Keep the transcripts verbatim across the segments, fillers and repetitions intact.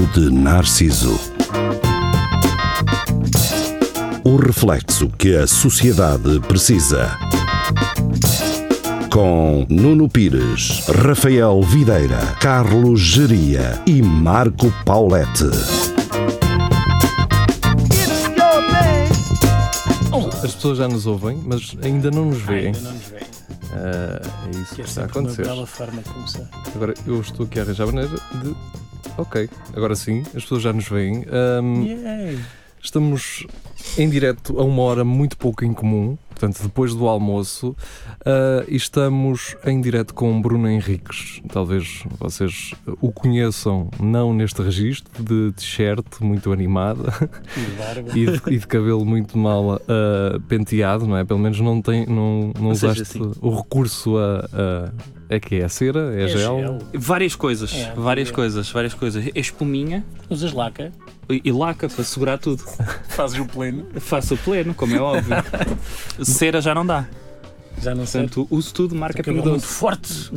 de Narciso. O reflexo que a sociedade precisa. Com Nuno Pires, Rafael Videira, Carlos Geria e Marco Paulette. As pessoas já nos ouvem, mas ainda não nos veem. Ainda não nos veem. Uh, é isso que, que está a acontecer. Uma bela forma de começar. Agora eu estou aqui a arranjar a maneira de. Ok, agora sim, as pessoas já nos veem. Um, Yay. Estamos em direto a uma hora muito pouco incomum, portanto, depois do almoço, uh, e estamos em direto com Bruno Henriques. Talvez vocês o conheçam, não neste registro, de t-shirt muito animada E de barba. e, de, e de cabelo muito mal uh, penteado, não é? Pelo menos não, tem, não, não usaste assim. o recurso a, a. É que é a cera? É, É gel? gel. Várias coisas, É, várias é. coisas, várias coisas. É espuminha Usas laca, e, e laca para segurar tudo. fazes o pleno. Faço o pleno, como é óbvio. Cera já não dá. Já não sei. Portanto, uso tudo, marca Cabelo Pingo muito Doce. forte.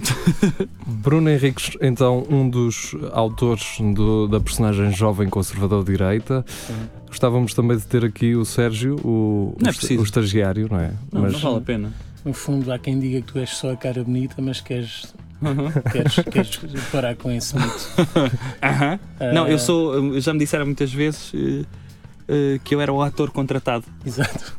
Bruno Henriques, então, um dos autores do, da personagem jovem conservador de direita. Uhum. Gostávamos também de ter aqui o Sérgio, o, Não é o, preciso. o estagiário, não é? Não, Mas não vale a pena. No fundo, há quem diga que tu és só a cara bonita, mas queres, Uhum. queres, queres parar com esse mito. Aham. Ah, Não, eu sou. Já me disseram muitas vezes eh, eh, que eu era o ator contratado Exato.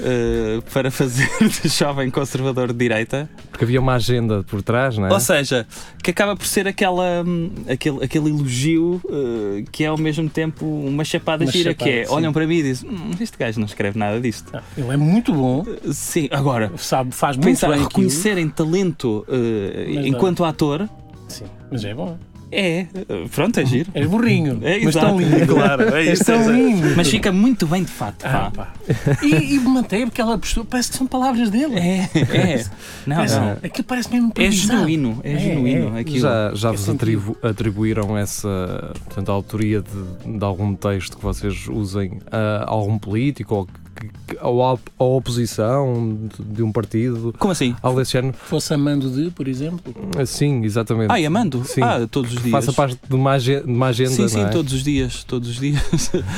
eh, para fazer de jovem conservador de direita. porque havia uma agenda por trás, não é? Ou seja, que acaba por ser aquela, hum, aquele, aquele elogio eh, que é ao mesmo tempo uma chapada Uma gira, chapada, que é, sim. olham para mim e dizem, hum, este gajo não escreve nada disto. Ah, ele é muito bom, Sim, agora, sabe, faz muito pensar, bem reconhecerem talento eh, Mas enquanto ator, aquilo. Sim, mas é bom. é, eh, pronto, é giro. És burrinho, É, mas exato. tão lindo. Claro, é És isso, tão é isso. lindo. Mas fica muito bem de fato, Ah, pá. pá. E, e mantém aquela postura, parece que são palavras dele. É, é. Não, Parece, não. aquilo parece mesmo É improvisado. genuíno, é, É, genuíno é. aquilo. Já, já É vos sentido. atribu- atribuíram essa, portanto, a autoria de, de algum texto que vocês usem a algum político ou, que, que, ou à, à oposição de, de um partido, Como assim? algo desse género? Fosse amando de, por exemplo. Sim, exatamente. Ah, e amando? Sim. Ah, todos os Que dias. faça parte de uma, age- de uma agenda, Sim, sim, não é? todos os dias, todos os dias.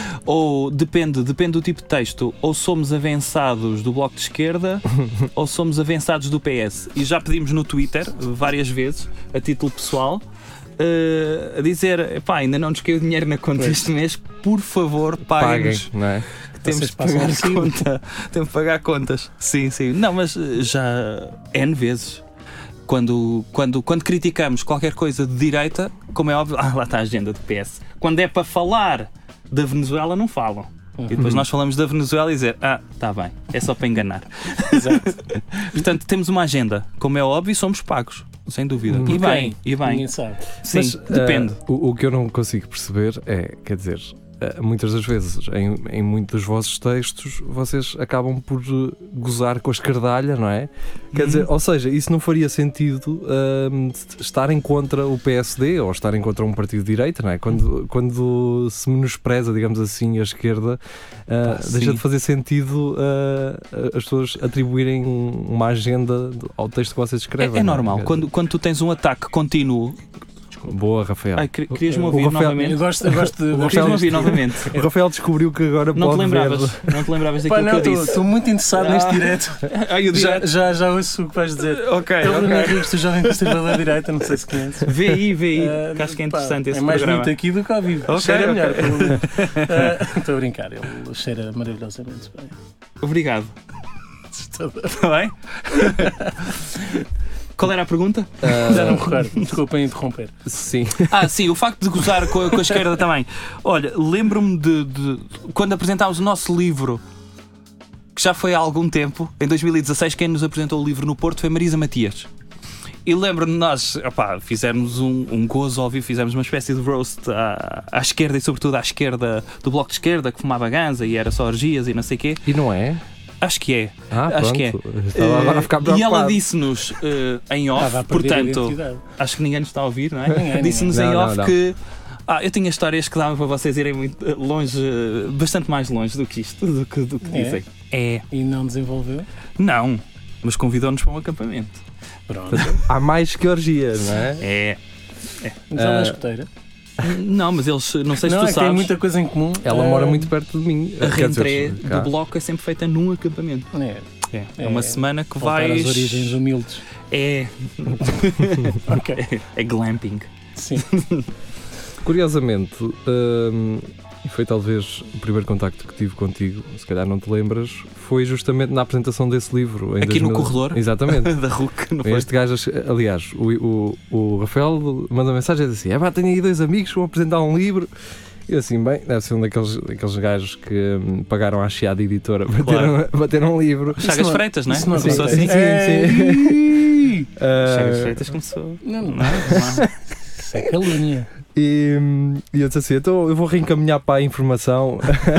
Ou depende, depende do tipo de texto. Ou somos avançados do Bloco de Esquerda ou somos avançados do P S. E já pedimos no Twitter, várias vezes, a título pessoal, eh, a dizer, pá, ainda não nos caiu dinheiro na conta Pois. este mês, por favor, Paguem, paguem-nos. não é? Temos Vocês de passam pagar recibo. conta. Temos de pagar contas. Sim, sim. Não, mas eh, já N vezes. Quando, quando, quando criticamos qualquer coisa de direita, como é óbvio, ah, lá está a agenda do P S. Quando é para falar da Venezuela, não falam. E depois nós falamos da Venezuela e dizer, ah, está bem, é só para enganar. Exato. Portanto, temos uma agenda. Como é óbvio, somos pagos. Sem dúvida. Hum. E Por bem, quem? e bem. Ninguém sabe. Sim, Mas, depende. ah, o, o que eu não consigo perceber é, quer dizer, ah, muitas das vezes, em, em muitos dos vossos textos, vocês acabam por eh, gozar com a esquerdalha, não é? Quer Uhum. dizer, ou seja, isso não faria sentido ah, estarem contra o P S D ou estarem contra um partido de direita, não é? Quando, quando se menospreza, digamos assim, a esquerda, ah, Pá, deixa sim. de fazer sentido ah, as pessoas atribuírem uma agenda ao texto que vocês escrevem. É, é não normal. Quer Quando, quando tu tens um ataque contínuo. dizer, Boa, Rafael. Ai, quer- querias-me O ouvir Rafael- novamente? Eu gosto, eu gosto de. O gosto Querias-me Rafael- ouvir novamente? O Rafael descobriu que agora Não te pode lembravas? ver. Não te lembravas Pá, daquilo não, que eu disse? estou muito interessado Ah. neste direto. Ai, o Já, direto. já, já ouço o que vais dizer. Ok, É o Bruno ok. Henriques, do Jovem Conservador da Direita, não sei se conheces. Vê aí, vê aí. Ah, que acho que é pá, interessante esse é mais programa. bonito aqui do que ao vivo. Ok, Cheira ok. melhor. pelo menos. Ah, Estou a brincar, ele cheira maravilhosamente bem. Obrigado. Assustador. Está bem? Qual era a pergunta? Já não me recordo, desculpem interromper. Sim. Ah, sim, o facto de gozar com a, com a esquerda também. Olha, lembro-me de, de quando apresentámos o nosso livro, que já foi há algum tempo, em dois mil e dezasseis, quem nos apresentou o livro no Porto foi Marisa Matias. E lembro-me de nós, opá, fizemos um, um gozo óbvio, fizemos uma espécie de roast à, à esquerda e sobretudo à esquerda do Bloco de Esquerda, que fumava ganza e era só orgias e não sei o quê. E não é? Acho que é. Ah, Acho pronto. que é. Estava agora a ficar Eh, e preocupado. ela disse-nos eh, em off, Estava a perder a portanto, identidade. acho que ninguém nos está a ouvir, não é? Ninguém, Disse-nos ninguém. em Não, off não, não. que ah, eu tinha histórias que davam para vocês irem muito eh, longe, eh, bastante mais longe do que isto, do que, do que É? dizem. É. E não desenvolveu? Não, mas convidou-nos para um acampamento. Pronto. Há mais que orgias, não é? É. Mas ela é Ah. escoteira. Não, mas eles, não sei se Não, tu é que tem sabes, muita coisa em comum. Ela Ah, mora muito perto de mim. a Quer dizer, reentrée cá. do bloco é sempre feita num acampamento. É, É, é É, uma semana que voltar vais. às origens humildes. É. Ok. É glamping. Sim. Curiosamente, hum, e foi talvez o primeiro contacto que tive contigo, se calhar não te lembras, foi justamente na apresentação desse livro. Em Aqui no dois mil. corredor? Exatamente. Da R U C, não foi? Este gajo, aliás, o, o, o Rafael manda mensagem e diz assim: é pá, tenho aí dois amigos que vão apresentar um livro. E eu assim, bem, deve ser um daqueles, daqueles gajos que hum, pagaram à Chiada Editora para ter, Claro. um, para ter um livro. Chagas não- Freitas, não é? isso não Começou acontece. assim. É. sim. Chagas Ah, Freitas começou. Não, não. Não, não. Isso é calúnia. E, e eu disse assim: então eu vou reencaminhar para a informação.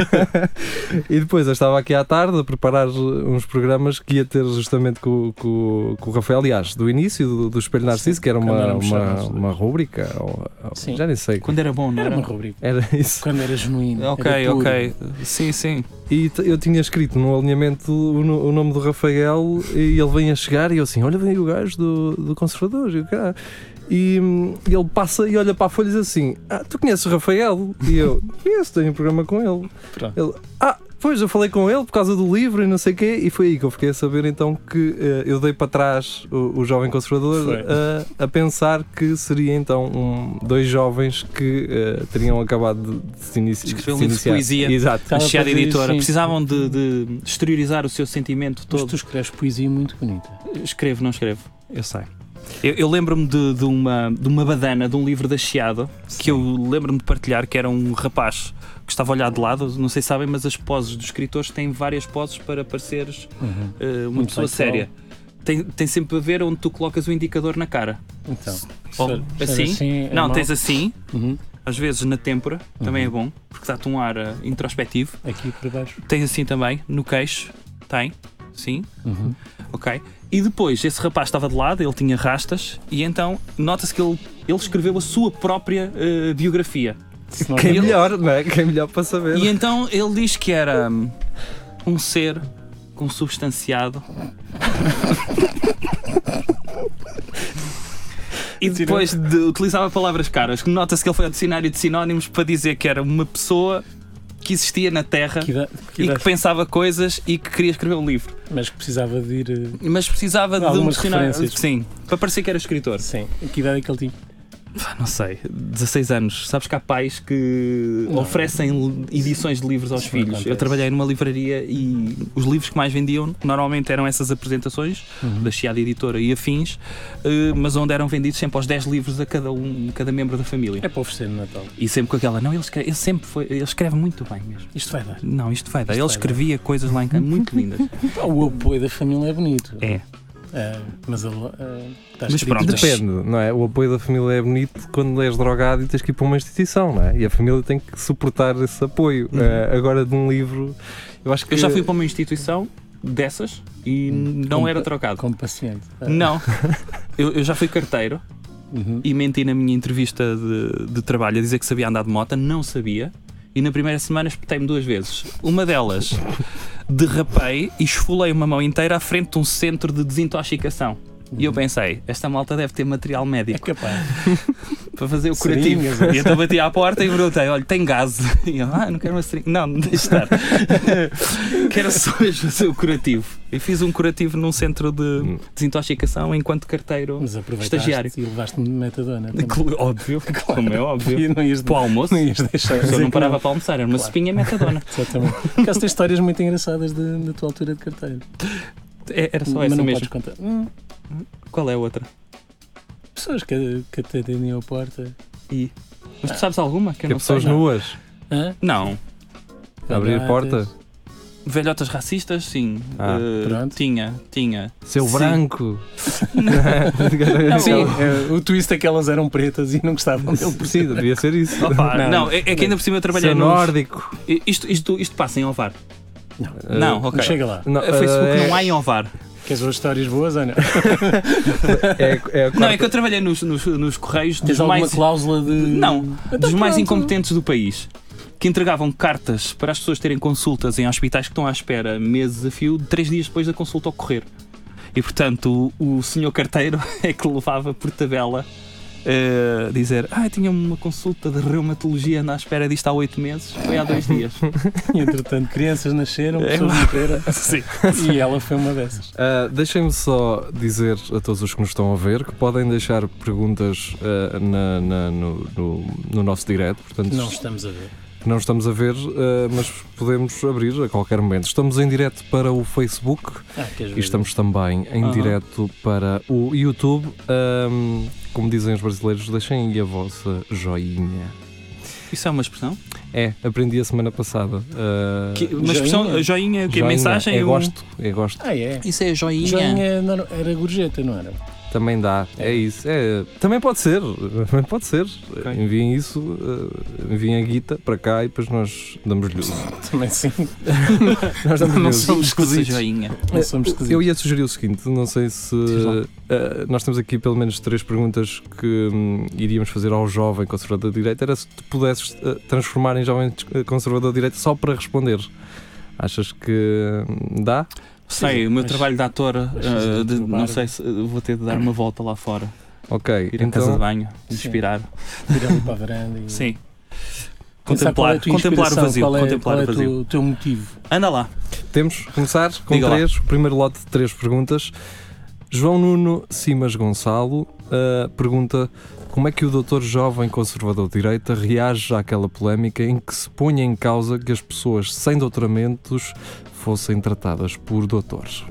E depois eu estava aqui à tarde a preparar uns programas que ia ter justamente com, com, com o Rafael, aliás, do início do, do Espelho Narciso, que era quando uma, éramos uma, chamados. uma rúbrica, ou, ou- Sim. já nem sei. Quando era bom, não Era era? uma rubrica. Era isso. Quando era genuíno. Ok, era puro. ok. Sim, sim. E t- eu tinha escrito no alinhamento o, no- o nome do Rafael e ele vem a chegar e eu assim: olha, vem o gajo do, do Conservador. E, o cara, e hum, ele passa e olha para a folha e diz assim: ah, tu conheces o Rafael? E eu: conheço, tenho um programa com ele. Pronto. Ele: ah, pois eu falei com ele por causa do livro e não sei o quê. E foi aí que eu fiquei a saber então que eh, eu dei para trás o, o jovem conservador Foi. a, a pensar que seria então um, dois jovens que eh, teriam acabado de, de se inici- Escrever um se livro de iniciar. poesia. Exato. A Estava Chiada para dizer, Editora. sim. Precisavam de, de exteriorizar o seu sentimento Mas todo. tu escreves poesia muito bonita. Escrevo, não escrevo. Eu sei. Eu, eu lembro-me de, de, uma, de uma badana, de um livro da Chiado, que eu lembro-me de partilhar, que era um rapaz que estava a olhar de lado, não sei se sabem, mas as poses dos escritores têm várias poses para pareceres Uhum. uh, uma Muito pessoa bem, séria. Tem, tem sempre a ver onde tu colocas o indicador na cara. Então. Ou ser- ser assim? é não, mau. tens assim, Uhum. às vezes na têmpora, também é bom, porque dá-te um ar uh, introspectivo. Aqui para baixo. Tens assim também, no queixo, tem, sim. Uhum. Ok. E depois, esse rapaz estava de lado, ele tinha rastas, e então nota-se que ele, ele escreveu a sua própria eh, biografia. Se não- Quem é Ele- melhor, não é? Quem é melhor para saber. E então ele diz que era hum, um ser consubstanciado. E depois de, utilizava palavras caras, que nota-se que ele foi ao dicionário de sinónimos para dizer que era uma pessoa que existia na Terra Que idade- que e idade- que pensava coisas e que queria escrever um livro. Mas que precisava de ir. eh, Mas precisava de um Algumas dicionário. referências. Sim, para parecer que era escritor. Sim. Que idade é que ele tinha? Pá, não sei, dezasseis anos. Sabes que há pais que Não. oferecem edições de livros aos Isso não filhos. acontece. Eu trabalhei numa livraria e os livros que mais vendiam normalmente eram essas apresentações da Chiada Editora e afins, eh, mas onde eram vendidos sempre aos dez livros a cada um, cada membro da família. É para oferecer no Natal. E sempre com aquela, não, ele, escreve, ele sempre foi, ele escreve muito bem mesmo. Isto vai dar. Não, isto vai dar. Isto Ele vai escrevia coisas lá em casa muito lindas. Ah, o apoio da família é bonito. É. Ah, mas ele ah, está Mas escrito pronto, bem. Depende, não é? O apoio da família é bonito quando és drogado e tens que ir para uma instituição, não é? E a família tem que suportar esse apoio. Uhum. Eh, agora, de um livro, eu acho que. Eu já fui para uma instituição dessas e não Com- era trocado. Como paciente. Ah, Não. Eu, eu já fui carteiro uhum. e menti na minha entrevista de, de trabalho a dizer que sabia andar de moto, não sabia. E na primeira semana espetei-me duas vezes. Uma delas, derrapei e esfolei uma mão inteira à frente de um centro de desintoxicação. E eu pensei, esta malta deve ter material É médico capaz. para fazer o curativo. Seringas, E então bati à porta e perguntei, olha, tem gás? E ele, ah, não quero uma seringa. Não, deixa estar. Quero só fazer o curativo. E fiz um curativo num centro de desintoxicação enquanto carteiro Mas aproveitaste estagiário. e levaste-me de metadona. também. Cl- Óbvio, como é óbvio. E não ias, Para o almoço, não ias deixar. a pessoa dizer não que parava para almoçar, era uma Claro. sopinha metadona. Exatamente. Porque tem histórias muito engraçadas de- da tua altura de carteiro. É- Era só Mas essa não mesmo. podes contar. Hum, Qual é a outra? pessoas que, que te atendiam a porta. E... Mas tu sabes alguma? Que eu Que não pessoas sei. Não. nuas Hã? Não. a abrir a Gatas. porta, Velhotas racistas, sim. Ah, Eh, pronto. tinha, tinha. seu Sim. branco. Não, Sim, eu- é, o twist é que elas eram pretas e não gostavam dele. Sim, sim, devia ser isso. Opa, não, Não. é, é que ainda por cima eu trabalhei Seu nos... nórdico. Isto, isto, isto passa em Ovar. Eh, Não, ok. Não chega lá. não, A Facebook eh, não há em Ovar. Queres ver histórias boas ou não? É, é a Não, é quarta- que eu trabalhei nos, nos, nos Correios Tens dos alguma mais, cláusula de. Não, Então dos mais pronto. incompetentes do país. Que entregavam cartas para as pessoas terem consultas em hospitais que estão à espera meses a fio, três dias depois da consulta ocorrer. E portanto, o, o senhor carteiro é que levava por tabela Uh, dizer, ah, tinha uma consulta de reumatologia, ando à espera disto há oito meses, foi há dois dias. E entretanto, crianças nasceram, É, pessoas morreram. Sim. E ela foi uma dessas. Uh, Deixem-me só dizer a todos os que nos estão a ver que podem deixar perguntas uh, na, na- no, no- no nosso direto. Portanto, Não estamos a ver. que não estamos a ver, uh, mas podemos abrir a qualquer momento. Estamos em direto para o Facebook Ah, queres ver? e estamos também em Aham. direto para o YouTube. Um, como dizem os brasileiros, deixem aí a vossa joinha. Isso é uma expressão? É, aprendi a semana passada. Uh, Que, uma expressão, Joinha? joinha, que é joinha. mensagem? É um- gosto, é gosto. Ah, é? Isso é joinha. Joinha não, era gorjeta, não era? Também dá, é isso. É, também pode ser, também pode ser. Enviem isso, uh, enviem a guita para cá e depois nós damos-lhe uso. Também sim. Nós damos-lhe Não uso. somos esquisitos. Joinha. Não somos esquisitos. Eu ia sugerir o seguinte, não sei se Diz lá. uh, nós temos aqui pelo menos três perguntas que hum, iríamos fazer ao jovem conservador de direita, era se tu pudesses uh, transformar em jovem uh, conservador de direita só para responder. Achas que hum, dá? Sei, o meu mas- trabalho de ator, mas uh, de- do não bar. sei se uh, vou ter de dar uma volta lá fora. Ok, Ir à casa de então banho, Sim. inspirar. Ir ali para a varanda e... Sim. Pensar qual é Contemplar, a tua contemplar o inspiração, vazio. Qual é, contemplar qual é o vazio. o teu motivo? Anda lá. temos que começar com Diga lá. três, o primeiro lote de três perguntas. João Nuno Simas Gonçalo uh, pergunta como é que o doutor jovem conservador de direita reage àquela polémica em que se põe em causa que as pessoas sem doutoramentos fossem tratadas por doutores.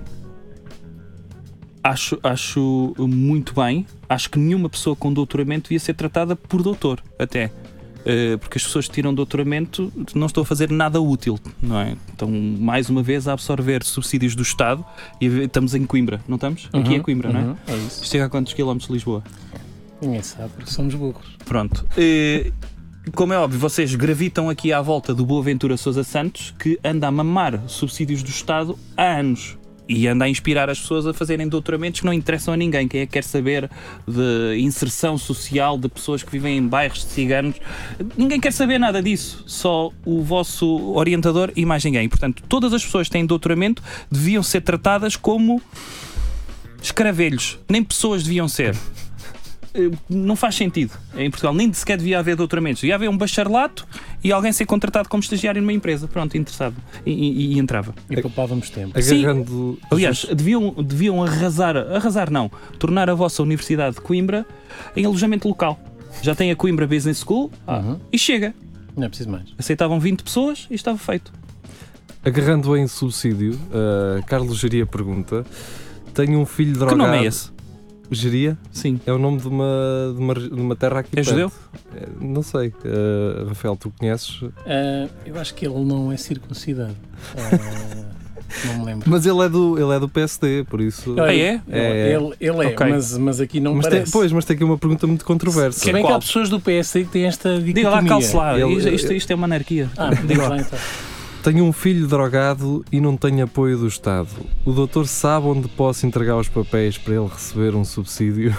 Acho, acho muito bem. Acho que nenhuma pessoa com doutoramento devia ser tratada por doutor, até. Uh, porque as pessoas que tiram doutoramento não estão a fazer nada útil, não é? Estão, mais uma vez, a absorver subsídios do Estado e estamos em Coimbra, não estamos? Aqui é Coimbra, não é? Uhum, é isso. Chega a quantos quilómetros de Lisboa? Ninguém sabe, porque somos burros. Pronto. Uh, como é óbvio, vocês gravitam aqui à volta do Boaventura Sousa Santos, que anda a mamar subsídios do Estado há anos. E anda a inspirar as pessoas a fazerem doutoramentos que não interessam a ninguém. Quem é que quer saber de inserção social de pessoas que vivem em bairros de ciganos? Ninguém quer saber nada disso. Só o vosso orientador e mais ninguém. Portanto, todas as pessoas que têm doutoramento deviam ser tratadas como escravelhos. Nem pessoas deviam ser. Não faz sentido. Em Portugal nem sequer devia haver doutoramentos. Devia haver um bacharelato e alguém ser contratado como estagiário numa empresa. Pronto, interessado. E, e- e entrava. E poupávamos tempo. Agarrando... Aliás, deviam, deviam arrasar, arrasar não, tornar a vossa Universidade de Coimbra em alojamento local. Já tem a Coimbra Business School Uhum. e chega. Não é preciso mais. Aceitavam vinte pessoas e estava feito. Agarrando em subsídio, uh, Carlos Geria pergunta: tenho um filho drogado. Que nome é esse? Geria? Sim. É o nome de uma, de uma, de uma terra aqui É perto. judeu? É, não sei. Uh, Rafael, tu conheces? Ah, eu acho que ele não é circuncidado. Ah, não me lembro. Mas ele é do, ele é do P S D, por isso. Ah, é? Ele, É. ele, ele é, Ok. mas, mas aqui não mas tem, parece. pois, mas tem aqui uma pergunta muito controversa. Se bem que Qual? há pessoas do P S D que têm esta dicotomia. Diga lá, calce lá. Ele- Isto, isto, isto é uma anarquia. Ah, diga lá então. Tenho um filho drogado e não tenho apoio do Estado. O doutor sabe onde posso entregar os papéis para ele receber um subsídio?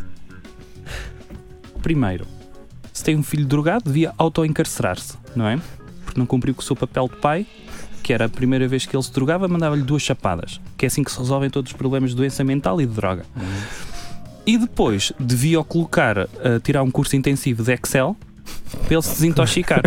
Primeiro, se tem um filho drogado, devia auto-encarcerar-se, não é? Porque não cumpriu com o seu papel de pai, que era a primeira vez que ele se drogava, mandava-lhe duas chapadas. Que é assim que se resolvem todos os problemas de doença mental e de droga. E depois, devia o colocar a tirar um curso intensivo de Excel para ele se desintoxicar.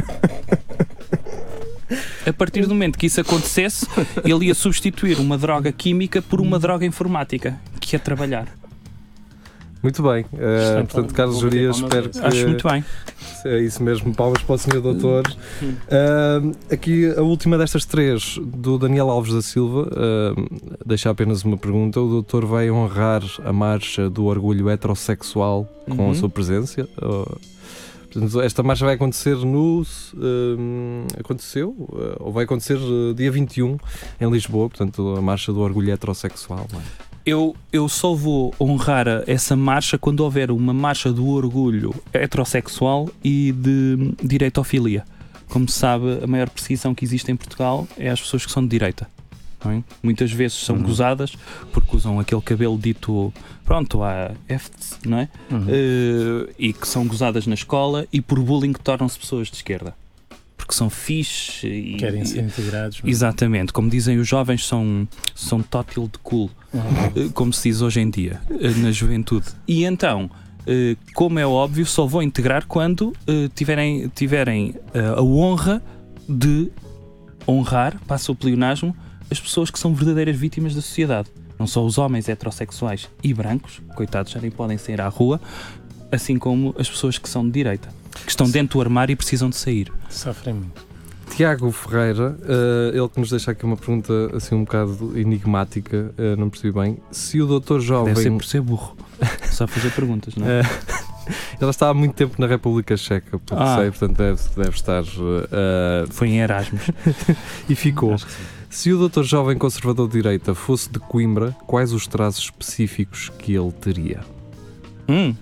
A partir do momento que isso acontecesse, ele ia substituir uma droga química por uma droga informática, que é trabalhar. Muito bem. Uh, Excelente. portanto, Carlos Vou bater Geria, palmas espero a isso. que. Acho muito bem. É isso mesmo, palmas para o senhor doutor. Uh, aqui a última destas três, do Daniel Alves da Silva, uh, deixa apenas uma pergunta. O doutor vai honrar a marcha do orgulho heterossexual com Uhum. a sua presença? Uh, portanto, esta marcha vai acontecer no... Uh, aconteceu? Uh, ou vai acontecer uh, dia vinte e um em Lisboa, portanto a marcha do orgulho heterossexual. Não é? Eu, eu só vou honrar essa marcha quando houver uma marcha do orgulho heterossexual e de direitofilia. Como se sabe, a maior perseguição que existe em Portugal é as pessoas que são de direita. Não é? Muitas vezes são Uhum. gozadas porque usam aquele cabelo dito, pronto, a F T S, não é? Uhum. Eh, e que são gozadas na escola e por bullying tornam-se pessoas de esquerda. Porque são fixe e... Querem ser integrados. não é? Exatamente, como dizem os jovens, são, são tótil de cool, Uhum. eh, como se diz hoje em dia, eh, na juventude. E então, Uh, como é óbvio, só vou integrar quando uh, tiverem, tiverem uh, a honra de honrar, passa o pleonasmo, as pessoas que são verdadeiras vítimas da sociedade. Não só os homens heterossexuais e brancos, coitados, já nem podem sair à rua, assim como as pessoas que são de direita, que estão dentro do armário e precisam de sair. Sofrem muito. Tiago Ferreira, uh, ele que nos deixa aqui uma pergunta assim um bocado enigmática, uh, não percebi bem. Se o doutor Jovem... Deve ser por ser burro. Só fazer perguntas, não é? Ele está há muito tempo na República Checa, porque Ah. sei, portanto deve, deve estar... Uh, Foi em Erasmus. e ficou. Acho que sim. Se o doutor Jovem conservador de direita fosse de Coimbra, quais os traços específicos que ele teria? Hum.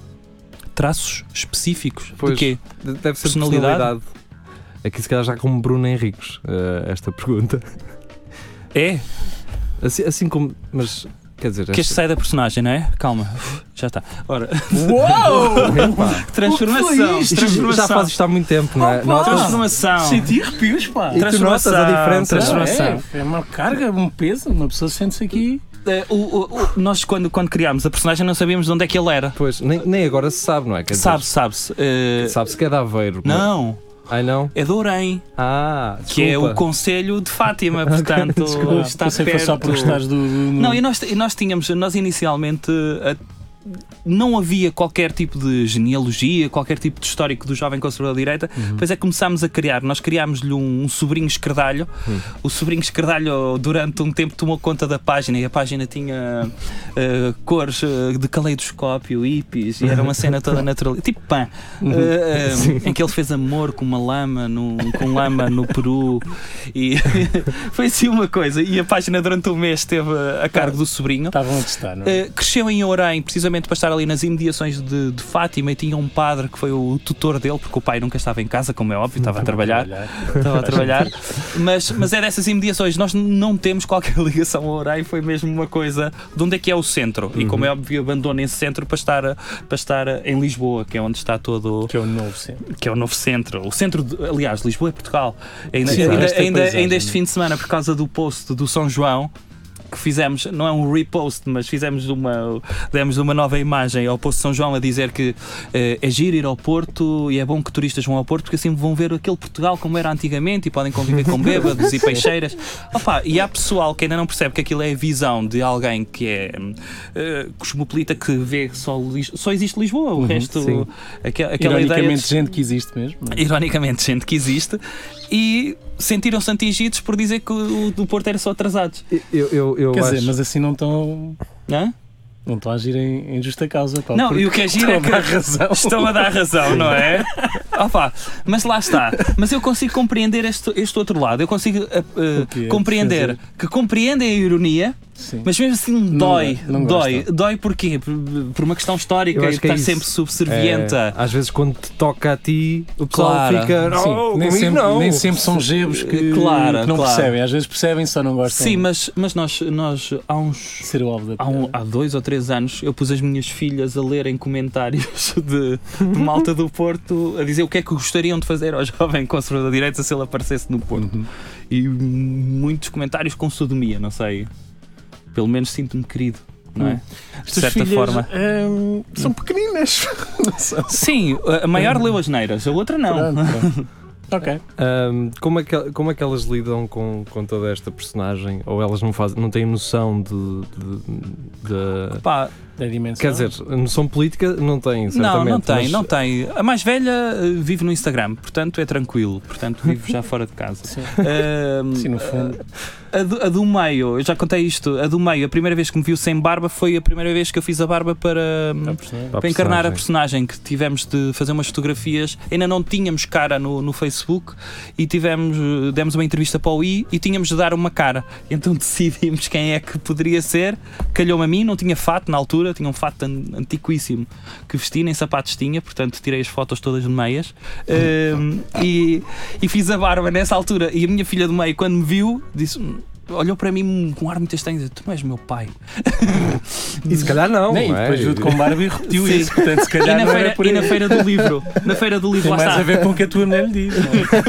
Traços específicos? Pois, de quê? Deve ser Personalidade? personalidade. Aqui se calhar já como Bruno Henriques, uh, esta pergunta. É? Assim, assim como... Mas, quer dizer... Que este esta- sai da personagem, não é? Calma. Já está. Ora, Uau! Epá, transformação. isto? Transformação. já faz isto há muito tempo, não é? Opa! Notas- Transformação. Senti arrepios, pá. E tu notas a diferença? Transformação. É, é uma carga, um peso. Uma pessoa sente-se aqui. Eh, o- o- o- nós, quando, quando criámos a personagem, não sabíamos de onde é que ele era. Pois, nem, nem agora se sabe, não é? Quer dizer, Sabe, sabe-se. Eh, Sabe-se que é de Aveiro. não, Ai não? é de Orém, Ah, que é desculpa. o Conselho de Fátima, portanto Desculpa, está pensei que foi só por perto. gostares do. do- Não, e nós, e nós tínhamos, nós inicialmente a- não havia qualquer tipo de genealogia, qualquer tipo de histórico do jovem conservador de direita, Uhum. depois é que começámos a criar, nós criámos-lhe um, um sobrinho esquerdalho, Hum. o sobrinho esquerdalho durante um tempo tomou conta da página e a página tinha eh, cores eh, de caleidoscópio, hippies, e era uma cena toda natural, tipo pã, eh, eh, em que ele fez amor com uma lama, no, com lama no Peru, e foi assim uma coisa, e a página durante um mês esteve a, a cargo do sobrinho. Estavam a testar, não é? Uh, cresceu em Orém, precisamente para estar ali nas imediações de, de Fátima, e tinha um padre que foi o tutor dele, porque o pai nunca estava em casa, como é óbvio, estava a trabalhar. Estava a trabalhar, mas, mas é dessas imediações. Nós não temos qualquer ligação a Orém, foi mesmo uma coisa de onde é que é o centro. E como é óbvio, abandono esse centro para estar, para estar em Lisboa, que é onde está todo. Que é o novo centro. Que é o novo centro. O centro, de, aliás, Lisboa é Portugal. Ainda, Sim, ainda, esta é ainda, paisagem. ainda este fim de semana, por causa do post do São João, que fizemos, não é um repost, mas fizemos uma, demos uma nova imagem ao posto de São João a dizer que eh, é giro ir ao Porto e é bom que turistas vão ao Porto porque assim vão ver aquele Portugal como era antigamente e podem conviver com bêbados e peixeiras. Opa, e há pessoal que ainda não percebe que aquilo é a visão de alguém que é eh, cosmopolita, que vê que só, Lis- só existe Lisboa, o Uhum, resto, sim. aquela, aquela ideia Ironicamente, de- gente que existe mesmo. não é? ironicamente, gente que existe, e sentiram-se atingidos por dizer que o do Porto era só atrasados. Eu, eu, eu Quer acho... dizer, mas assim não estão. Hã? Não estão a agir em, em justa causa. Pá, Não, porque e o que é giro é estão a dar que razão. estão a dar razão, não é? Opa, mas lá está. Mas eu consigo compreender este, este outro lado. Eu consigo uh, uh, O quê? compreender Quer que compreendem a ironia, Sim. mas mesmo assim Não dói. go- não dói. gostam. Dói porquê? Por, por uma questão histórica Eu e acho que é estar isso. sempre subserviente. É, às vezes quando te toca a ti, o pessoal Claro. fica. Não, Sim, nem, comigo sempre, não. nem sempre são gebos que, Claro, que não claro. percebem. Às vezes percebem, só não gostam Sim, mas, mas nós, nós há uns. de ser o alvo da Há, um- piada. há dois ou três anos eu pus as minhas filhas a lerem comentários de, de malta do Porto a dizer o que é que gostariam de fazer ao jovem conservador de direita se ele aparecesse no Porto. Uhum. E muitos comentários com sodomia, não sei. Pelo menos sinto-me querido, não é? Hum. De Estas certa filhas, forma. hum, são pequeninas. Não são. Sim, a- a maior leu as neiras, a outra não. Pronto, pronto. Ok. Ahm, como, é que, como é que elas lidam com, com toda esta personagem? Ou elas não, fazem, não têm noção de. de- de- Pá, Da dimensão. Quer dizer, noção política não têm, não, certamente. não tem, mas- não tem. A mais velha eh, vive no Instagram, portanto é tranquilo, portanto vive já fora de casa. Sim. Ahm, Sim, no fundo. A do, a do meio, eu já contei isto, a do meio, a primeira vez que me viu sem barba foi a primeira vez que eu fiz a barba para, Tá a perceber? Para a para encarnar a personagem. personagem, que tivemos de fazer umas fotografias, ainda não tínhamos cara no, no Facebook e tivemos, eh, demos uma entrevista para o I e tínhamos de dar uma cara, então decidimos quem é que poderia ser, calhou-me a mim, não tinha fato na altura, tinha um fato an- antiquíssimo que vesti, nem sapatos tinha, portanto tirei as fotos todas de meias. Ahm, e, e fiz a barba nessa altura, e a minha filha do meio, quando me viu, disse: olhou para mim com um ar muito estranho e disse: tu não és meu pai. E se calhar não. Nem, não é? depois junto com Barbie repetiu Sim. isso, portanto se E calhar na, não feira, era por e aí. na feira do livro, na feira do livro, Tem lá mais está. a ver com o que a tua mulher lhe diz, não é?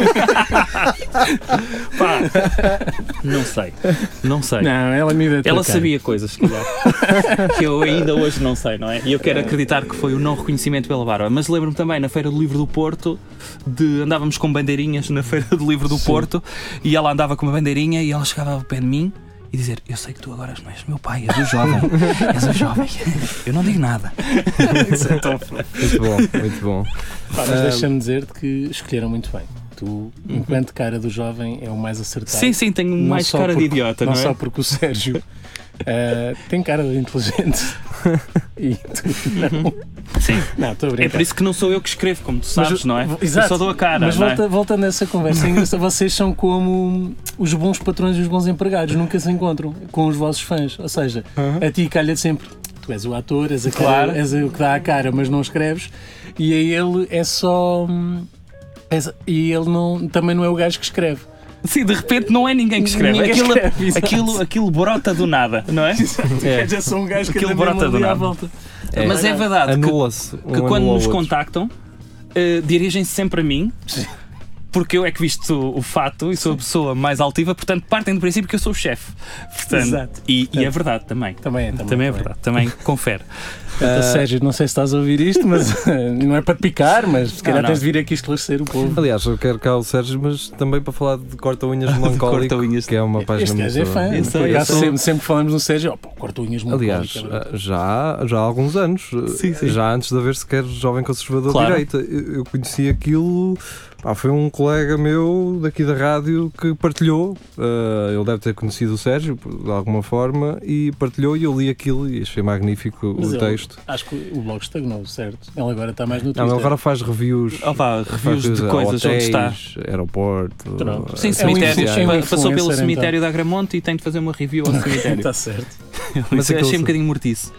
Pá, não sei, não sei. Não, ela me deu Ela sabia coisas, se calhar, que eu ainda hoje não sei, não é? E eu quero acreditar que foi o não reconhecimento pela barba. Mas lembro-me também, na Feira do Livro do Porto, de andávamos com bandeirinhas na Feira do Livro do Sim. Porto, e ela andava com uma bandeirinha e ela chegava ao pé de mim e dizer: eu sei que tu agora não és meu pai, és o jovem, és o jovem. Eu não digo nada. Isso é tão fofo. Muito bom, muito bom. Pá, mas Ah, deixa-me dizer-te que escolheram muito bem. Tu, enquanto cara do jovem, é o mais acertado. Sim, sim, tenho Não mais só cara de porque- idiota, Não não é? só porque o Sérgio ah, tem cara de inteligente e tu não. Sim. Não, estou a brincar. É por isso que não sou eu que escrevo, como tu sabes, Mas, não é? Exato. Eu só dou a cara, Mas não é? volta, voltando a essa conversa, é engraçado, vocês são como os bons patrões e os bons empregados, nunca se encontram com os vossos fãs. Ou seja, a ti calha sempre, tu és o ator, és, a cara, Claro. és o que dá a cara, mas não escreves, e a ele é só. hum, é- e ele não, também não é o gajo que escreve. Sim, de repente não é ninguém que escreve. Ninguém aquilo, escreve, exato. aquilo, aquilo brota do nada, não é? É. Já sou um gajo que Aquilo anda mesmo brota do ali à nada. volta. É. Mas é verdade que, Anula-se. um que quando anula o nos outro. contactam, eh, dirigem-se sempre a mim. Porque eu é que visto o, o fato e sou a pessoa mais altiva, portanto partem do princípio que eu sou o chefe. Portanto, Exato. E, e é verdade também. Também é, também, Também é verdade, também confere. Portanto, Sérgio, não sei se estás a ouvir isto, mas não é para te picar, mas se calhar não. tens de vir aqui esclarecer o povo. Aliás, eu quero cá o Sérgio, mas também para falar de corta-unhas melancólico, corta-unhas. que é uma página Este gajo é muito... fã. Eu Por sei, eu acaso, sou. sempre, sempre que falamos no Sérgio, oh, pô, corta-unhas muito Aliás, cómico, é verdade. já, já há alguns anos, Sim, sim. já antes de haver sequer jovem conservador Claro. de direita, eu, eu conheci aquilo, pá, foi um colega meu daqui da rádio que partilhou, uh, ele deve ter conhecido o Sérgio de alguma forma e partilhou e eu li aquilo e achei magnífico Mas o ele- texto. Acho que o blog estagnou, certo? Ele agora está mais no Twitter. Não, ele agora faz reviews, Oh, vá, faz reviews de a coisas onde está. hotéis, aeroporto, Pronto. Sim, eh, cemitério. influ- é um Pa- Passou pelo influencer, cemitério da Agramonte e tem de fazer uma review ao cemitério. Está certo. Mas Isso eu aquele- achei um bocadinho mortice.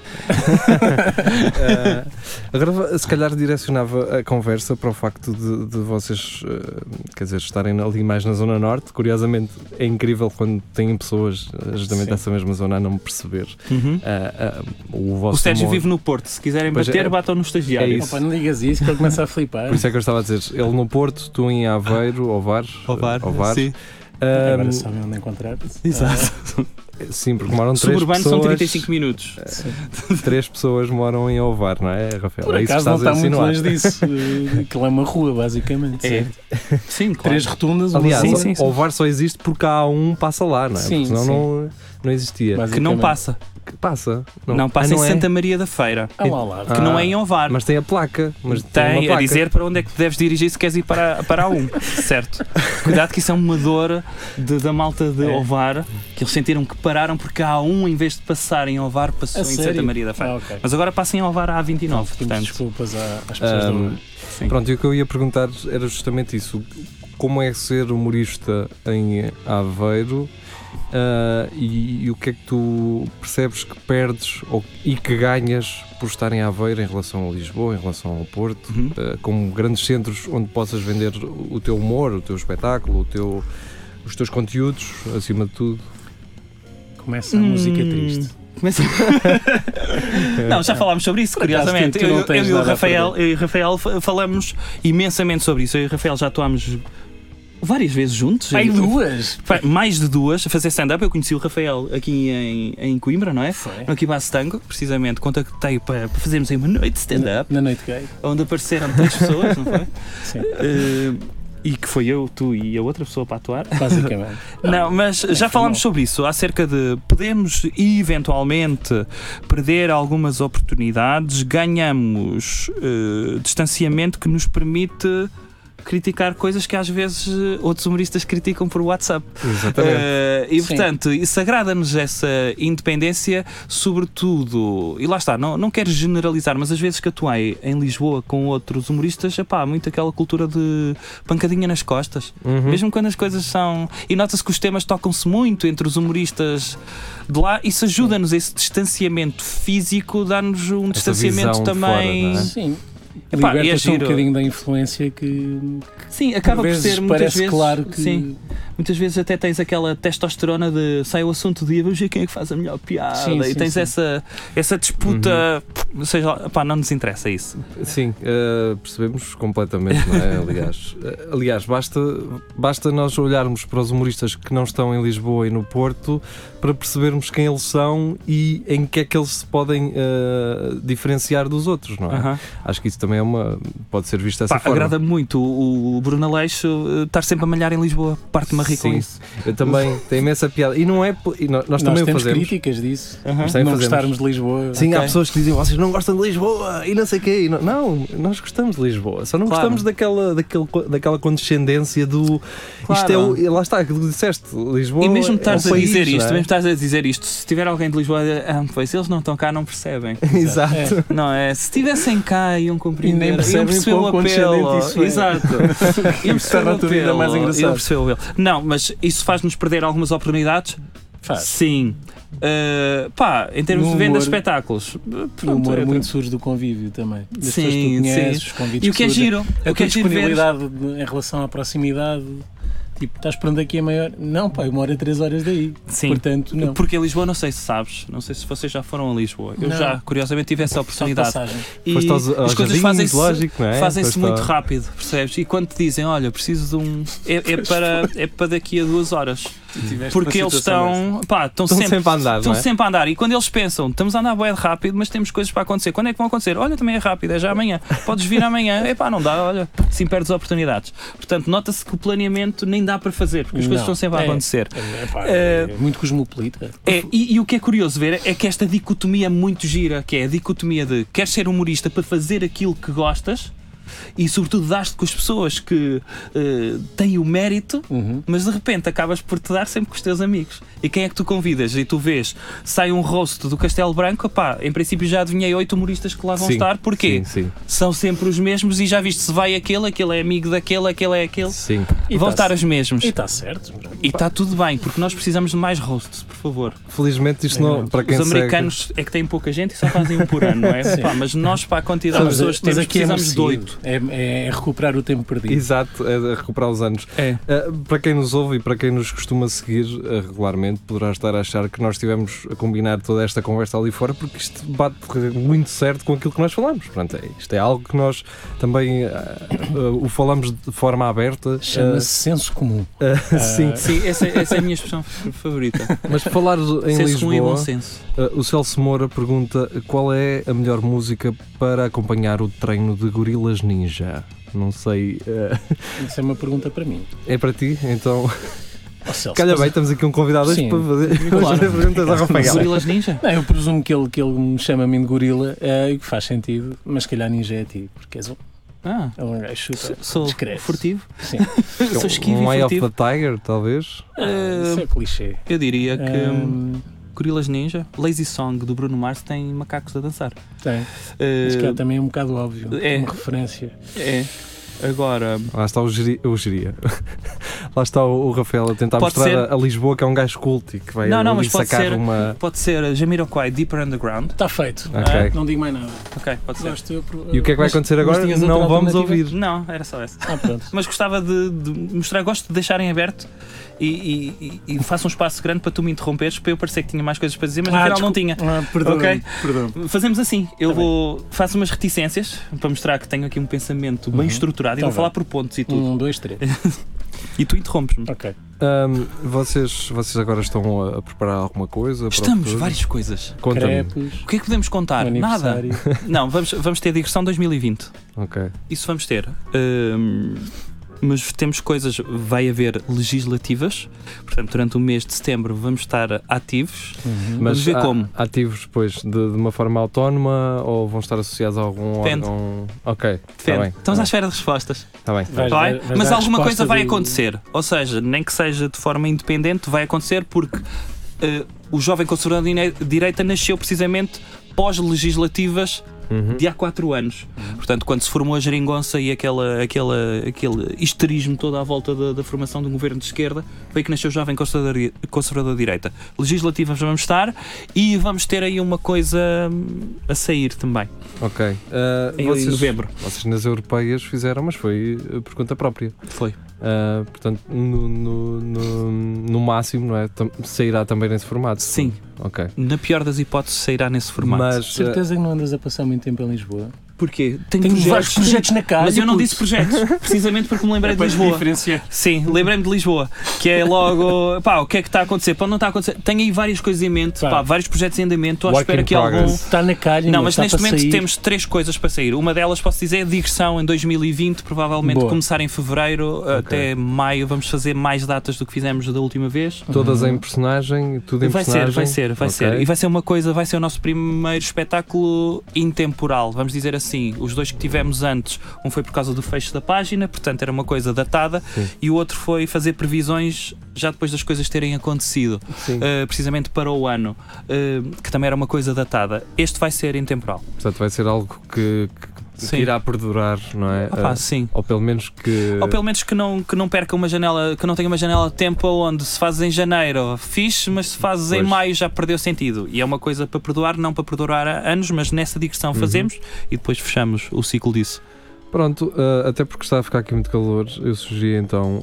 Eh, agora, se calhar, direcionava a conversa para o facto de, de vocês, eh, quer dizer, estarem ali mais na Zona Norte. Curiosamente, é incrível quando têm pessoas eh, justamente Sim. dessa mesma zona a não perceber Uhum. eh, eh, o vosso O Sérgio humor. vive no Porto. Se quiserem Pois bater, é. batam no estagiário. É isso. Opa, não digas isso que ele começa a flipar. Por isso é que eu estava a dizer, ele no Porto, tu em Aveiro, Ovar. Ovar, Ovar. sim. Eh, Agora sabem onde encontrar-te. Exato. sim, porque moram três Suburbano pessoas. são trinta e cinco minutos. Ah, sim. Três pessoas moram em Ovar, não é, Rafael? Por é isso que acaso não estás a está muito insinuar. longe disso. eh, Aquilo é uma rua, basicamente. É. certo? Sim, claro. Três rotundas, uma Aliás, Sim, rua. sim, sim. Ovar só existe porque há um passa lá, não é? Sim, Porque senão sim. não, não existia. Basicamente. Que não passa. Que passa. Não, passa Ah, em não é? Santa Maria da Feira. Ah, lá ao lado. Que Ah, não é em Ovar. Mas tem a placa. Mas tem, uma Tem a placa. dizer para onde é que deves dirigir se queres ir para, para a um. Certo. Cuidado que isso é uma dor de- da malta de É. Ovar, que eles sentiram que pararam porque a um, em vez de passar em Ovar, passou A em sério? Santa Maria da Feira. Ah, ok. Mas agora passa em Ovar a A vinte e nove, Pedimos portanto. desculpas à- às pessoas da Ahm, rua. Sim. Pronto, e o que eu ia perguntar era justamente isso. Como é ser humorista em Aveiro ah, e, e o que é que tu percebes que perdes ou, e que ganhas por estar em Aveiro em relação a Lisboa, em relação ao Porto, Uhum. ah, como grandes centros onde possas vender o teu humor, o teu espetáculo, o teu, os teus conteúdos, acima de tudo? Começa a música Hum. triste. Começa- Não, já falámos sobre isso, Por acaso, curiosamente. tu- tu não eu, eu tens e o nada a Rafael, eu e o Rafael fa- falamos imensamente sobre isso. Eu e o Rafael já atuámos várias vezes juntos. Ai, duas! Pá, mais de duas, a fazer stand-up. Eu conheci o Rafael aqui em, em Coimbra, não é? Foi. No Aquibase Tango, precisamente. Contactei para, para fazermos aí uma noite de stand-up, Na noite gay. onde apareceram três pessoas, não foi? Sim, Eh, e que foi eu, tu e a outra pessoa para atuar. basicamente. Não, mas já foi falámos mal. sobre isso, acerca de podemos eventualmente perder algumas oportunidades, ganhamos eh, distanciamento que nos permite criticar coisas que às vezes eh, outros humoristas criticam por WhatsApp. Exatamente. Eh, e Sim. portanto, isso agrada-nos essa independência, sobretudo, e lá está, não, não quero generalizar, mas às vezes que atuei em Lisboa com outros humoristas, epá, muito aquela cultura de pancadinha nas costas. Uhum. Mesmo quando as coisas são. E nota-se que os temas tocam-se muito entre os humoristas de lá, isso ajuda-nos, esse distanciamento físico dá-nos um Essa distanciamento visão de também. fora, não é? Sim. Epá, e é liberta-se um giro. bocadinho da influência que Sim, acaba por por vezes ser muitas parece vezes. claro que Sim, muitas vezes até tens aquela testosterona de sai o assunto do dia, vamos ver quem é que faz a melhor piada. Sim, e sim, tens sim. essa, essa disputa. Ou seja, pá, não nos interessa isso. Sim, eh, percebemos completamente, não é? Aliás, Eh, aliás basta, basta nós olharmos para os humoristas que não estão em Lisboa e no Porto para percebermos quem eles são e em que é que eles se podem eh, diferenciar dos outros, não é? Aham. Acho que isso também é uma, pode ser visto dessa Pá, forma. agrada-me muito o, o Bruno Aleixo eh, estar sempre a malhar em Lisboa. Parte-me a rir com Sim. isso. Eu também, tem imensa piada. E não é. E nós, nós nós também o temos fazemos. críticas disso. Aham. Mas também Não fazemos. gostarmos de Lisboa. Sim, há Ok. pessoas que dizem vocês não gostam de Lisboa e não sei o quê. E não, não, nós gostamos de Lisboa. Só não Claro. gostamos daquela, daquele, daquela condescendência do. Claro. Isto é o. Lá está, que tu disseste. Lisboa. E mesmo estás é o a país, dizer não é? isto, mesmo estás a dizer isto, se tiver alguém de Lisboa, ah, pois eles não estão cá, não percebem. Exato. É. Não é? Se estivessem cá, iam E compreender, nem iam percebem perceber o quão apelo. condescendente isso é. Exato. Iam perceber o Torna tudo ainda apelo. mais engraçado. Iam perceber o apelo. Não, mas isso faz-nos perder algumas oportunidades? Faz. Sim. Uh, pá, em termos No de venda de humor- espetáculos, O pronto, humor é- muito surge do convívio também. Das Sim, pessoas que tu conheces, sim. os convívios E o que é surgem. giro? A O que tua é giro ver. disponibilidade de- em relação à proximidade. Tipo, estás pronto aqui a maior. Não, pá, eu moro a três horas daí. Sim. Portanto, não. Porque em Lisboa, não sei se sabes, não sei se vocês já foram a Lisboa. Eu Não. já, curiosamente, tive essa Só de oportunidade. passagem. E Foste aos, aos as coisas jardins, fazem-se lógico, não é? fazem-se Foste muito ao- rápido, percebes? E quando te dizem, olha, preciso de um. É, é, para, é para daqui a duas horas. Porque eles estão. Pá, estão Estão sempre, sempre a andar, estão não é? sempre a andar. E quando eles pensam, estamos a andar bué de rápido, mas temos coisas para acontecer. Quando é que vão acontecer? Olha, também é rápido, é já amanhã. Podes vir amanhã. É pá, não dá, olha. Sim, perdes oportunidades. Portanto, nota-se que o planeamento nem dá para fazer, porque as coisas Não. estão sempre a É. acontecer. É, pá, Eh, é muito cosmopolita. É, e, e o que é curioso ver é que esta dicotomia é muito gira, que é a dicotomia de queres ser humorista para fazer aquilo que gostas e sobretudo dar-te com as pessoas que eh, têm o mérito, Uhum. mas de repente acabas por te dar sempre com os teus amigos. E quem é que tu convidas? E tu vês, sai um roast do Castelo Branco, pá, em princípio já adivinhei oito humoristas que lá vão Sim, estar, porquê? Sim, sim. São sempre os mesmos e já viste se vai aquele, aquele é amigo daquele, aquele é aquele. Sim. E Vão tá- estar os mesmos. E está certo. E está tudo bem, porque nós precisamos de mais roasts, por favor. Felizmente isto não, para quem Os segue- americanos é que têm pouca gente e só fazem um por ano, não é? Sim. Pá, mas nós, para a quantidade de Mas, pessoas que mas temos, aqui é precisamos de merecido. oito. É, é recuperar o tempo perdido. Exato, é de recuperar os anos. É. Uh, para quem nos ouve e para quem nos costuma seguir uh, regularmente, poderá estar a achar que nós estivemos a combinar toda esta conversa ali fora, porque isto bate muito certo com aquilo que nós falamos. Portanto, é, isto é algo que nós também uh, uh, o falamos de forma aberta. uh, Chama-se senso comum. uh, sim, Sim, essa, essa é a minha expressão favorita. mas para falar em Senso comum e bom Lisboa, senso. uh, o Celso Moura pergunta qual é a melhor música para acompanhar o treino de Gorilas Ninja. Não sei, uh, Isso é uma pergunta para mim. é para ti? Então, Oh, Celso, calha mas- bem, estamos aqui um convidado hoje Sim. para fazer, Claro. fazer perguntas a Rafael. Gorilas Ninja? Não, eu presumo que ele, que ele me chama a mim de gorila, eh, e que faz sentido, mas se calhar ninja é a ti, porque és um, Ah, é um gajo sou, super sou discreto. furtivo. Sim, Sou esquivo Um e Eye of furtivo. the Tiger, talvez? Ah, isso é clichê. Eu diria que hum, Hum, Gorilas Ninja, Lazy Song do Bruno Mars tem macacos a dançar. tem. Eh, Mas cá também é um bocado óbvio. é. Uma referência. é. Agora, Lá está o geria. O geria. Lá está o, o Rafael a tentar Pode mostrar ser- a, a Lisboa que é um gajo culto e que vai Não, não, ali mas pode sacar ser- uma. pode ser Jamiroquai Deeper Underground. Está feito. Ok. Ah, não digo mais nada. Ok, pode ser. Gosto, eu, E o que é que vai mas- acontecer mas agora? tinhas Não outra vamos alternativa? ouvir. Não, era só essa. Ah, pronto. Mas gostava de, de mostrar, gosto de deixarem aberto e, e, e, e faço um espaço grande para tu me interromperes, para eu parecer que tinha mais coisas para dizer, mas Ah, afinal não desculpa. tinha. Ah, perdão. Ok. Perdão. Fazemos assim, eu Tá bem. vou faço umas reticências para mostrar que tenho aqui um pensamento bem Uhum. estruturado e Tá vou bem. falar por pontos e tudo. Um, dois, três. E tu interrompes-me. Ok. Ahm, vocês, vocês agora estão a, a preparar alguma coisa? para o Estamos, futuro? várias coisas. Conta-me. Crepes. O que é que podemos contar? Nada. aniversário. Não, vamos, vamos ter digressão dois mil e vinte. Ok. Isso vamos ter. Hum, mas temos coisas, vai haver legislativas, portanto, durante o mês de setembro vamos estar ativos. Uhum. Mas ver a- como. ativos depois de, de uma forma autónoma ou vão estar associados a algum Depende. órgão? Ok, está Depende. bem. Estamos à espera de respostas. Está bem. Vais Vai? dar- vais Mas dar a alguma resposta coisa vai do- acontecer. Ou seja, nem que seja de forma independente, vai acontecer porque eh, o jovem conservador de direita nasceu precisamente pós-legislativas Uhum. de há quatro anos. Portanto, quando se formou a geringonça e aquela, aquela, aquele histerismo todo à volta da, da formação de um governo de esquerda, foi que nasceu o Jovem Conservador, Conservador de Direita. Legislativas vamos estar e vamos ter aí uma coisa a sair também. Ok. Uh, Em vocês, novembro. Vocês nas europeias fizeram, mas foi uh, por conta própria. Foi. Uh, portanto, no, no, no, no máximo, não é? Tam- sairá também nesse formato. Sim. Ok. Na pior das hipóteses, sairá nesse formato. Mas, uh, Certeza que não andas a passar muito tempo em Lisboa? Porquê? Tenho, Tenho vários projetos na calha. Mas eu não puto. disse projetos, precisamente porque me lembrei de Lisboa. Diferenciar. Sim, lembrei-me de Lisboa, que é logo, pá, o que é que está a acontecer? Pá, não está a acontecer. Tenho aí várias coisas em mente, Pá. pá, vários projetos em andamento, estou à Work espera in que algum... progress. Está na calha, Não, meu, mas está neste para momento sair. temos três coisas para sair. Uma delas, posso dizer, é a digressão em dois mil e vinte, provavelmente Boa. começar em fevereiro até maio. Vamos fazer mais datas do que fizemos da última vez. todas em personagem, tudo em Vai ser, personagem. vai ser, vai Ok. ser. E vai ser uma coisa, vai ser o nosso primeiro espetáculo intemporal, vamos dizer assim. Os dois que tivemos antes, um foi por causa do fecho da página, portanto era uma coisa datada, Sim. e o outro foi fazer previsões já depois das coisas terem acontecido, Sim. uh, precisamente para o ano, uh, que também era uma coisa datada. Este vai ser intemporal. Portanto, vai ser algo que, que, Sim. que irá perdurar, não é? Ah, pá, Uh, sim. ou pelo menos que. Ou pelo menos que não, que não perca uma janela, que não tenha uma janela de tempo onde se fazes em janeiro, fixe, mas se fazes em Pois. maio já perdeu sentido. E é uma coisa para perdoar, não para perdurar há anos, mas nessa digressão Uhum. fazemos e depois fechamos o ciclo disso. Pronto, uh, até porque está a ficar aqui muito calor, eu sugeri então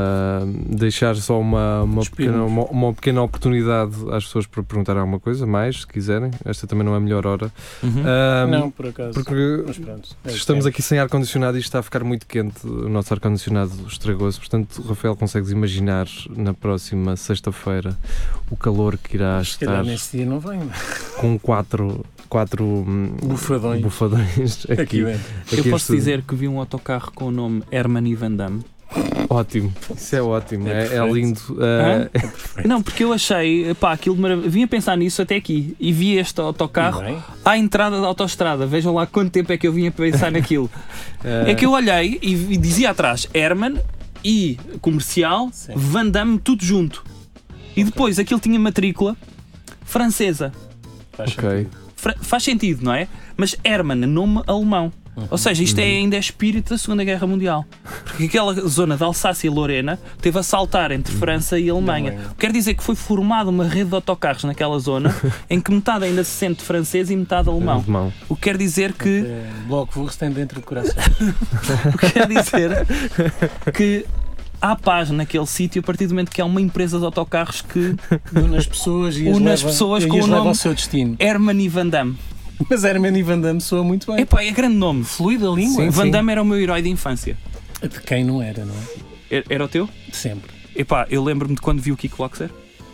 uh, deixar só uma, uma, Despimos. pequena, uma, uma pequena oportunidade às pessoas para perguntar alguma coisa, mais, se quiserem. Esta também não é a melhor hora. Uhum. Uh, Não, por acaso. Porque Mas pronto. é estamos tempo. aqui sem ar-condicionado e isto está a ficar muito quente. O nosso ar-condicionado estragou-se. Portanto, Rafael, consegues imaginar na próxima sexta-feira o calor que irá Se calhar estar nesse dia não venho. com quatro, quatro hum, Bufadões. bufadões aqui. Aqui dentro. Eu aqui posso este- dizer que vi um autocarro com o nome Herman e Van Damme. Ótimo, isso é ótimo, É é, é perfeito. lindo. Uh, Hã? É perfeito. Não, porque eu achei, pá, aquilo marav- vim a pensar nisso até aqui e vi este autocarro Bem, à entrada da autoestrada. Vejam lá quanto tempo é que eu vim a pensar naquilo. uh, É que eu olhei e vi- dizia atrás Herman e comercial, Sim. Van Damme, tudo junto. E depois aquilo tinha matrícula francesa. faz Ok. sentido. Fra- faz sentido, não é? Mas Herman, nome alemão. Ou seja, isto é ainda é espírito da Segunda Guerra Mundial. Porque aquela zona de Alsácia e Lorena teve a saltar entre França e Alemanha. Alemanha. Quer dizer que foi formada uma rede de autocarros naquela zona em que metade ainda se sente francês e metade alemão. alemão. O que quer dizer que É, Bloco Wurst dentro do coração. O que quer dizer que há paz naquele sítio a partir do momento que há uma empresa de autocarros que Une as pessoas e as Une as leva, pessoas e com as o leva nome- ao seu destino. Herman e Van Damme. Mas Herman e Van Damme soa muito bem. Epá, é grande nome. Fluida a língua. Sim, Van Damme era o meu herói de infância. De quem não era, não é? Era, era o teu? Sempre. Epá, eu lembro-me de quando vi o Kickboxer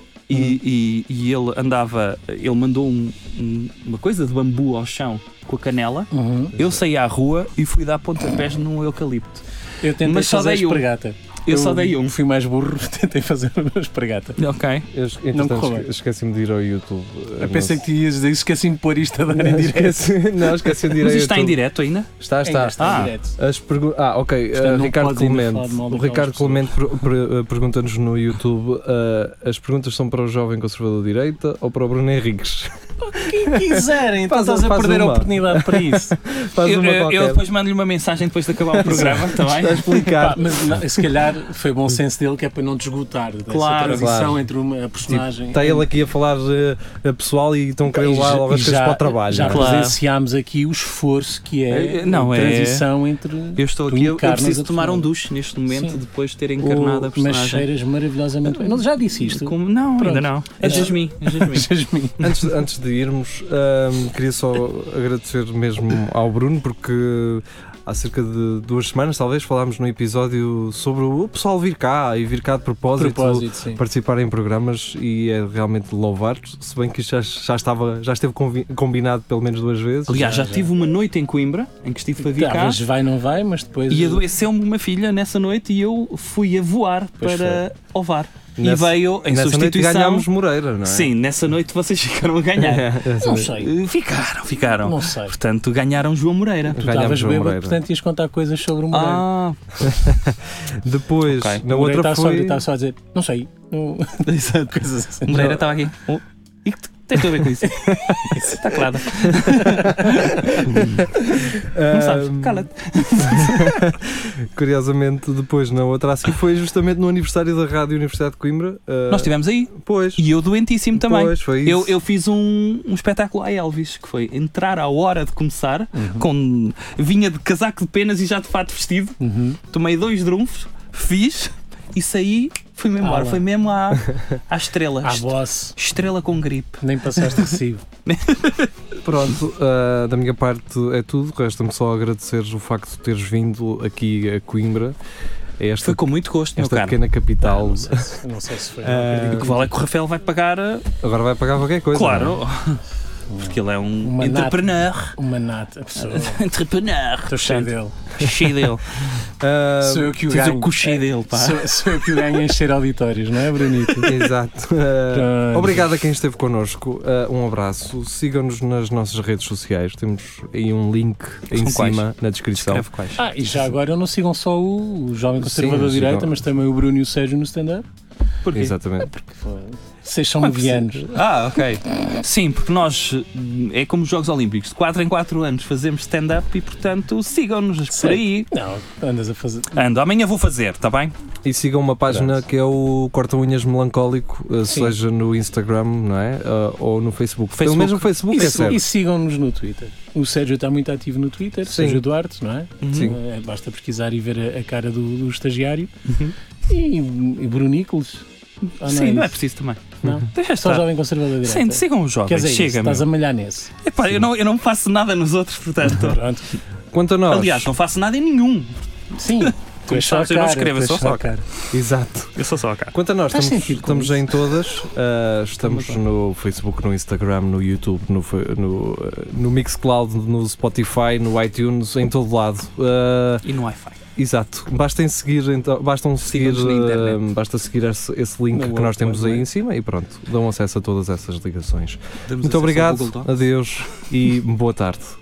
e, e, e ele andava, ele mandou um- um- uma coisa de bambu ao chão com a canela. Uhum. Eu saí à rua e fui dar pontapés num eucalipto. Eu tentei Mas só fazer a dei um. espregueta. Eu só dei um. Fui mais burro, tentei fazer uma espregueta. Ok. Eu, Não entretanto, correu esque- esqueci-me de ir ao YouTube. Eu pensei que ias dizer, esqueci-me de pôr isto a dar em Não, direto. esqueci, não, esqueci de ir Mas ao isto está em YouTube. direto ainda? Está, está. Ainda está Ah. em direto. As pergu- ah, ok. Portanto, Uh, não Ricardo podes ainda Clemente. falar de mal O daquelas Ricardo pessoas. Clemente per- per- uh, pergunta-nos no YouTube: uh, as perguntas são para o jovem conservador de direita ou para o Bruno Henriques? Quem quiserem, então Faz- estás a faz perder a uma. oportunidade para isso. Faz Eu, uma eu- eu qualquer. depois mando-lhe uma mensagem depois de acabar o programa, está bem? a explicar. Pá, mas não, se calhar foi bom senso dele que é para não desgotar dessa Claro, transição claro. entre uma personagem. Está ele aqui a falar uh, a pessoal e estão a querer E levar já- logo as e coisas já- para o trabalho. Já não é? Claro. presenciámos aqui o esforço que é Eh, não, a é- transição entre. Eu estou Tu aqui, eu, eu encarnas preciso a tomar um personagem. duche neste momento Sim. depois de ter encarnado a O- mas personagem. cheiras maravilhosamente bem. Não, já disse isto. Como- Não, Pronto. ainda não. É É. Jasmine. É Jasmine. Jasmine. Antes, antes de irmos, ahm, queria só agradecer mesmo ao Bruno, porque há cerca de duas semanas, talvez, falámos num episódio sobre o pessoal vir cá e vir cá de propósito, Propósito, sim. participar em programas, e é realmente de louvar, se bem que isto já, já, estava, já esteve convi- combinado pelo menos duas vezes. Aliás, já, Já, já. tive uma noite em Coimbra em que estive para vir cá Talvez vai, não vai, mas depois. e adoeceu-me uma filha nessa noite e eu fui a voar Pois para Ovar. Nessa- e veio em Nessa noite substituição. ganhámos Moreira, não é? Sim, nessa noite vocês ficaram a ganhar. Essa Não noite. sei. Eh, Ficaram, ficaram. Não sei. Portanto, ganharam João Moreira. Tu Ganhámos estavas João bêbado, Moreira. portanto ias contar coisas sobre o Moreira. Ah, Depois, Ok. na O Moreira outra estava só, foi... estava só a dizer, não sei. Não... exato. Coisas assim. O Moreira estava aqui. Oh, e que Tem tudo a ver com isso. Está claro. Não sabes? Cala-te. Curiosamente, depois na outra a seguir foi justamente no aniversário da Rádio Universidade de Coimbra. Uh, Nós estivemos aí. Pois. E eu doentíssimo também. Pois, foi isso. Eu, eu fiz um, um espetáculo a Elvis, que foi entrar à hora de começar, Uhum. com vinha de casaco de penas e já de fato vestido. Uhum. Tomei dois drunfos, fiz e saí, fui-me embora. Ah, foi mesmo à, à estrela. À boss. Estrela com gripe. Nem passaste recibo. Pronto, uh, da minha parte é tudo. Resta-me só agradecer o facto de teres vindo aqui a Coimbra. É esta, Foi com muito gosto, meu esta caro. pequena capital. Não sei se, não sei se foi. Ah, O que vale é que o Rafael vai pagar. a- Agora vai pagar qualquer coisa. Claro, não é? porque ele é um Uma entrepreneur. Uma nata. A pessoa. Entrepreneur. Estou cheio dele. Cheio dele. Uh, Sou eu que o Tens ganho. o cochê dele, pá. Sou, sou eu que o ganho a encher auditórios, não é, Brunito? Exato. Uh, Pronto. obrigado a quem esteve connosco. Uh, um abraço. Sigam-nos nas nossas redes sociais. Temos aí um link em São quais? cima na descrição. Escreve quais. Ah, e já agora não sigam só o, o Jovem Conservador Sim, de Direita, sigam. mas também o Bruno e o Sérgio no stand-up. Porquê? Exatamente. Vocês são Como é medianos. Ah, ok. Sim, porque nós, é como os Jogos Olímpicos, de quatro em quatro anos fazemos stand-up e, portanto, sigam-nos por Certo. aí. Não, andas a fazer. Ando, amanhã vou fazer, está bem? E sigam uma página Verdade. que é o Corta Unhas Melancólico, uh, Sim. seja no Instagram, não é? Uh, ou no Facebook. Pelo Facebook. menos no Facebook E, é certo. e sigam-nos no Twitter. O Sérgio está muito ativo no Twitter, Sim. Sérgio Duarte, não é? Sim. É, basta pesquisar e ver a, a cara do, do estagiário. Uhum. E, e Brunícolas. Ah, Sim, não é isso? preciso também. Não? Deixa Só estar. Jovem Conservador de Sim, Direita. sigam os Quer jovens, dizer, chega, estás meu. a malhar nesse. Epá, eu, não, eu não faço nada nos outros, portanto. Pronto. Quanto a nós. Aliás, não faço nada em nenhum. Sim. Tu és só a sabes, eu não cara, escrevo, tu eu sou és só a a cara. Exato. Eu sou só a cara. Quanto a nós, Faz estamos, sentido com estamos isso. em todas. Uh, estamos no Facebook, no Instagram, no YouTube, no, fe- no, uh, no Mixcloud, no Spotify, no iTunes, em todo lado. Uh, E no Wi-Fi. exato. Bastem seguir, então, bastam seguir, Sigam-nos na internet. uh, basta seguir esse, esse link No que World nós temos Wide aí Web. em cima e pronto, dão acesso a todas essas ligações. Damos Muito acesso ao obrigado, Google Docs. adeus e boa tarde.